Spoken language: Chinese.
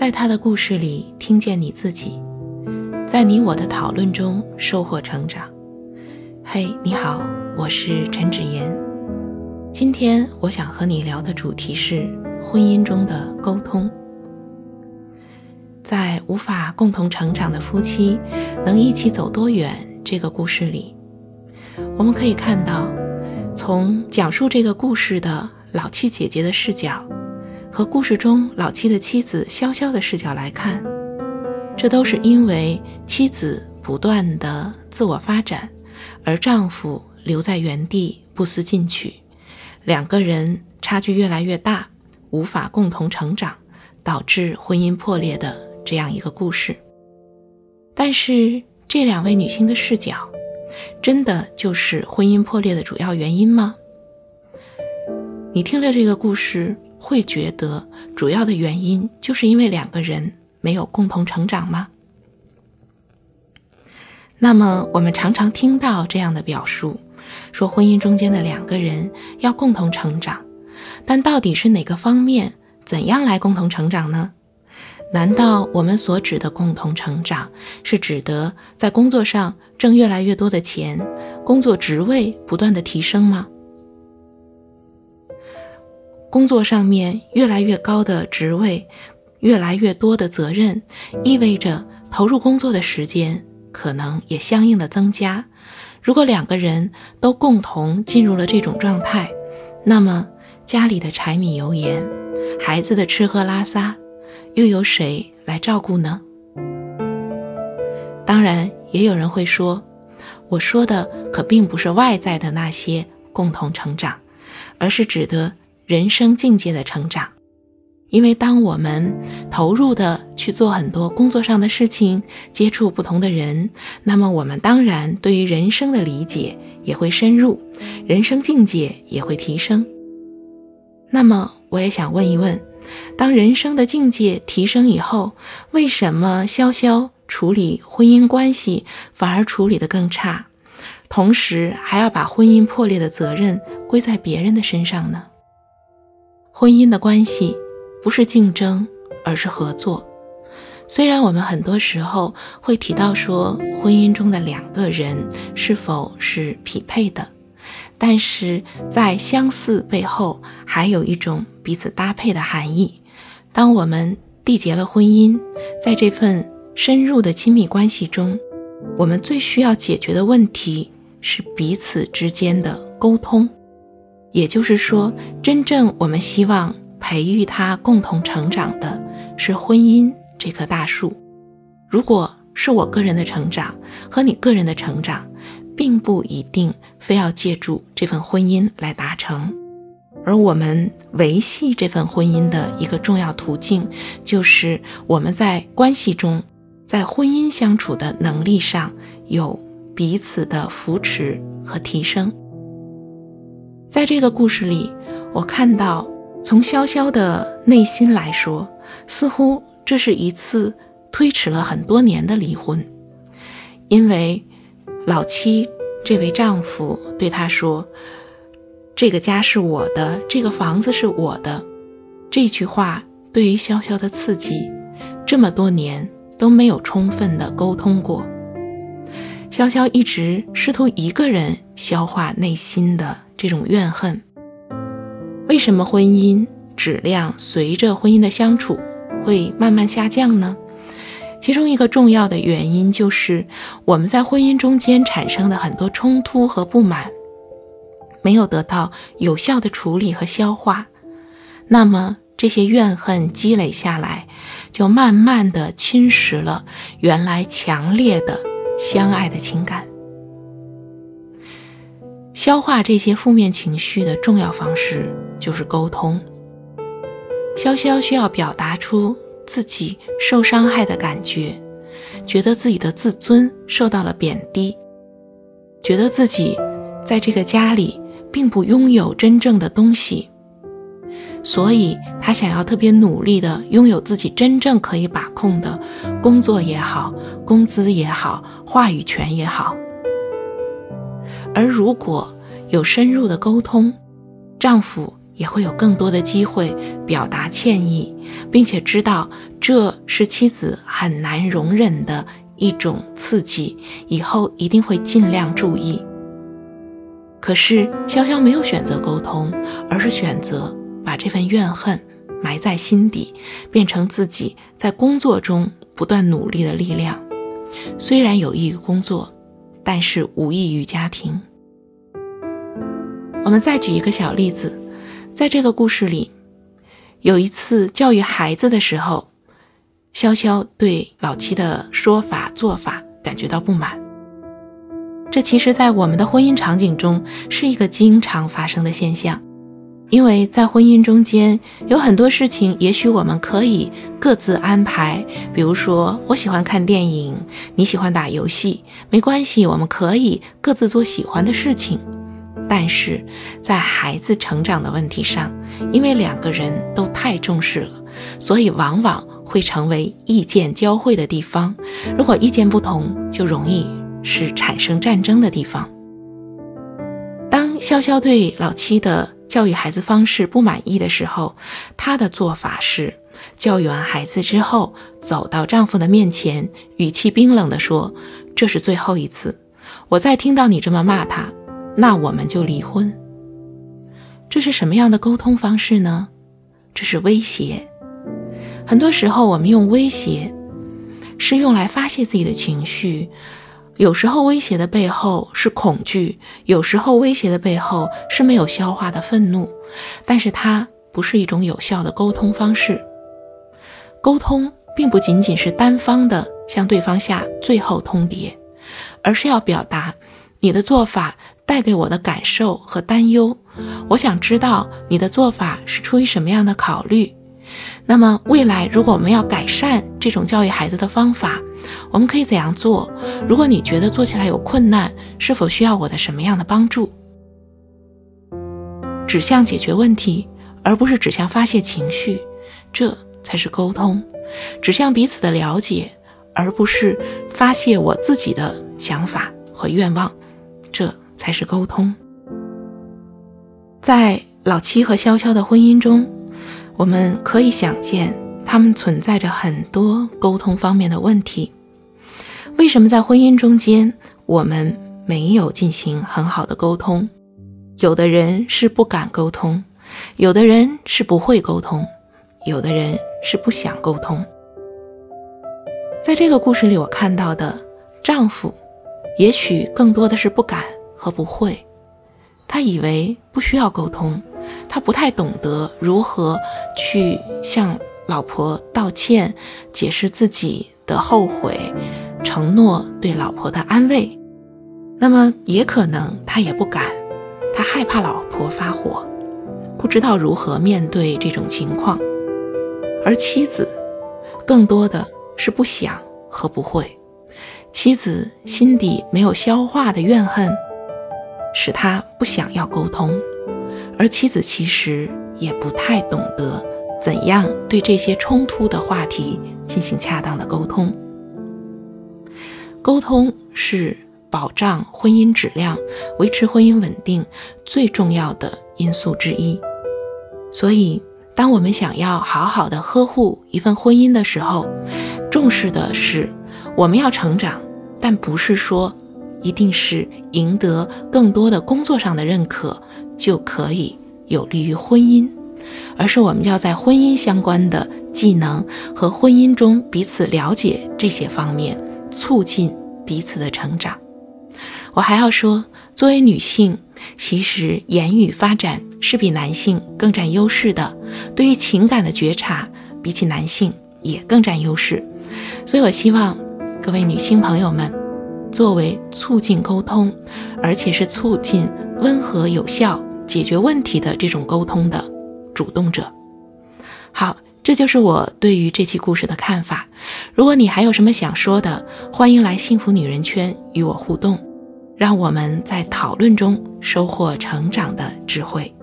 在他的故事里听见你自己，在你我的讨论中收获成长。嘿，你好，我是陈芷妍。今天我想和你聊的主题是婚姻中的沟通。在无法共同成长的夫妻能一起走多远这个故事里，我们可以看到，从讲述这个故事的老七姐姐的视角和故事中老七的妻子潇潇的视角来看，这都是因为妻子不断的自我发展，而丈夫留在原地不思进取，两个人差距越来越大，无法共同成长，导致婚姻破裂的这样一个故事。但是这两位女性的视角真的就是婚姻破裂的主要原因吗？你听了这个故事会觉得主要的原因就是因为两个人没有共同成长吗？那么我们常常听到这样的表述，说婚姻中间的两个人要共同成长，但到底是哪个方面，怎样来共同成长呢？难道我们所指的共同成长是指的在工作上挣越来越多的钱，工作职位不断的提升吗？工作上面越来越高的职位，越来越多的责任，意味着投入工作的时间可能也相应的增加。如果两个人都共同进入了这种状态，那么家里的柴米油盐，孩子的吃喝拉撒，又由谁来照顾呢？当然也有人会说，我说的可并不是外在的那些共同成长，而是指的人生境界的成长。因为当我们投入的去做很多工作上的事情，接触不同的人，那么我们当然对于人生的理解也会深入，人生境界也会提升。那么我也想问一问，当人生的境界提升以后，为什么潇潇处理婚姻关系反而处理得更差，同时还要把婚姻破裂的责任归在别人的身上呢？婚姻的关系不是竞争，而是合作。虽然我们很多时候会提到说婚姻中的两个人是否是匹配的，但是在相似背后还有一种彼此搭配的含义。当我们缔结了婚姻，在这份深入的亲密关系中，我们最需要解决的问题是彼此之间的沟通。也就是说，真正我们希望培育他共同成长的是婚姻这棵大树。如果是我个人的成长和你个人的成长，并不一定非要借助这份婚姻来达成，而我们维系这份婚姻的一个重要途径，就是我们在关系中，在婚姻相处的能力上有彼此的扶持和提升。在这个故事里，我看到从潇潇的内心来说，似乎这是一次推迟了很多年的离婚。因为老七这位丈夫对她说，这个家是我的，这个房子是我的，这句话对于潇潇的刺激，这么多年都没有充分的沟通过。潇潇一直试图一个人消化内心的这种怨恨。为什么婚姻质量随着婚姻的相处会慢慢下降呢？其中一个重要的原因就是我们在婚姻中间产生的很多冲突和不满没有得到有效的处理和消化，那么这些怨恨积累下来，就慢慢地侵蚀了原来强烈的相爱的情感。消化这些负面情绪的重要方式就是沟通。潇潇需要表达出自己受伤害的感觉，觉得自己的自尊受到了贬低，觉得自己在这个家里并不拥有真正的东西，所以他想要特别努力的拥有自己真正可以把控的工作也好，工资也好，话语权也好。而如果有深入的沟通，丈夫也会有更多的机会表达歉意，并且知道这是妻子很难容忍的一种刺激，以后一定会尽量注意。可是潇潇没有选择沟通，而是选择把这份怨恨埋在心底，变成自己在工作中不断努力的力量。虽然有益于工作，但是无益于家庭。我们再举一个小例子，在这个故事里，有一次教育孩子的时候，潇潇对老七的说法做法感觉到不满。这其实在我们的婚姻场景中是一个经常发生的现象，因为在婚姻中间有很多事情也许我们可以各自安排，比如说我喜欢看电影，你喜欢打游戏，没关系，我们可以各自做喜欢的事情。但是在孩子成长的问题上，因为两个人都太重视了，所以往往会成为意见交汇的地方。如果意见不同，就容易是产生战争的地方。当潇潇对老七的教育孩子方式不满意的时候，她的做法是教育完孩子之后，走到丈夫的面前，语气冰冷地说，这是最后一次，我再听到你这么骂他，那我们就离婚。这是什么样的沟通方式呢？这是威胁。很多时候我们用威胁是用来发泄自己的情绪，有时候威胁的背后是恐惧，有时候威胁的背后是没有消化的愤怒，但是它不是一种有效的沟通方式。沟通并不仅仅是单方的向对方下最后通牒，而是要表达你的做法带给我的感受和担忧，我想知道你的做法是出于什么样的考虑。那么未来如果我们要改善这种教育孩子的方法，我们可以怎样做？如果你觉得做起来有困难，是否需要我的什么样的帮助？指向解决问题，而不是指向发泄情绪，这才是沟通。指向彼此的了解，而不是发泄我自己的想法和愿望，这才是沟通。在老七和潇潇的婚姻中，我们可以想见他们存在着很多沟通方面的问题。为什么在婚姻中间我们没有进行很好的沟通？有的人是不敢沟通，有的人是不会沟通，有的人是不想沟通。在这个故事里，我看到的丈夫也许更多的是不敢和不会，他以为不需要沟通，他不太懂得如何去向老婆道歉，解释自己的后悔，承诺对老婆的安慰。那么也可能他也不敢，他害怕老婆发火，不知道如何面对这种情况。而妻子更多的是不想和不会，妻子心底没有消化的怨恨使他不想要沟通，而妻子其实也不太懂得怎样对这些冲突的话题进行恰当的沟通。沟通是保障婚姻质量、维持婚姻稳定最重要的因素之一。所以当我们想要好好的呵护一份婚姻的时候，重视的是我们要成长，但不是说一定是赢得更多的工作上的认可就可以有利于婚姻，而是我们要在婚姻相关的技能和婚姻中彼此了解这些方面，促进彼此的成长。我还要说，作为女性，其实言语发展是比男性更占优势的，对于情感的觉察比起男性也更占优势。所以我希望各位女性朋友们，作为促进沟通，而且是促进温和有效解决问题的这种沟通的主动者。好，这就是我对于这期故事的看法。如果你还有什么想说的，欢迎来幸福女人圈与我互动，让我们在讨论中收获成长的智慧。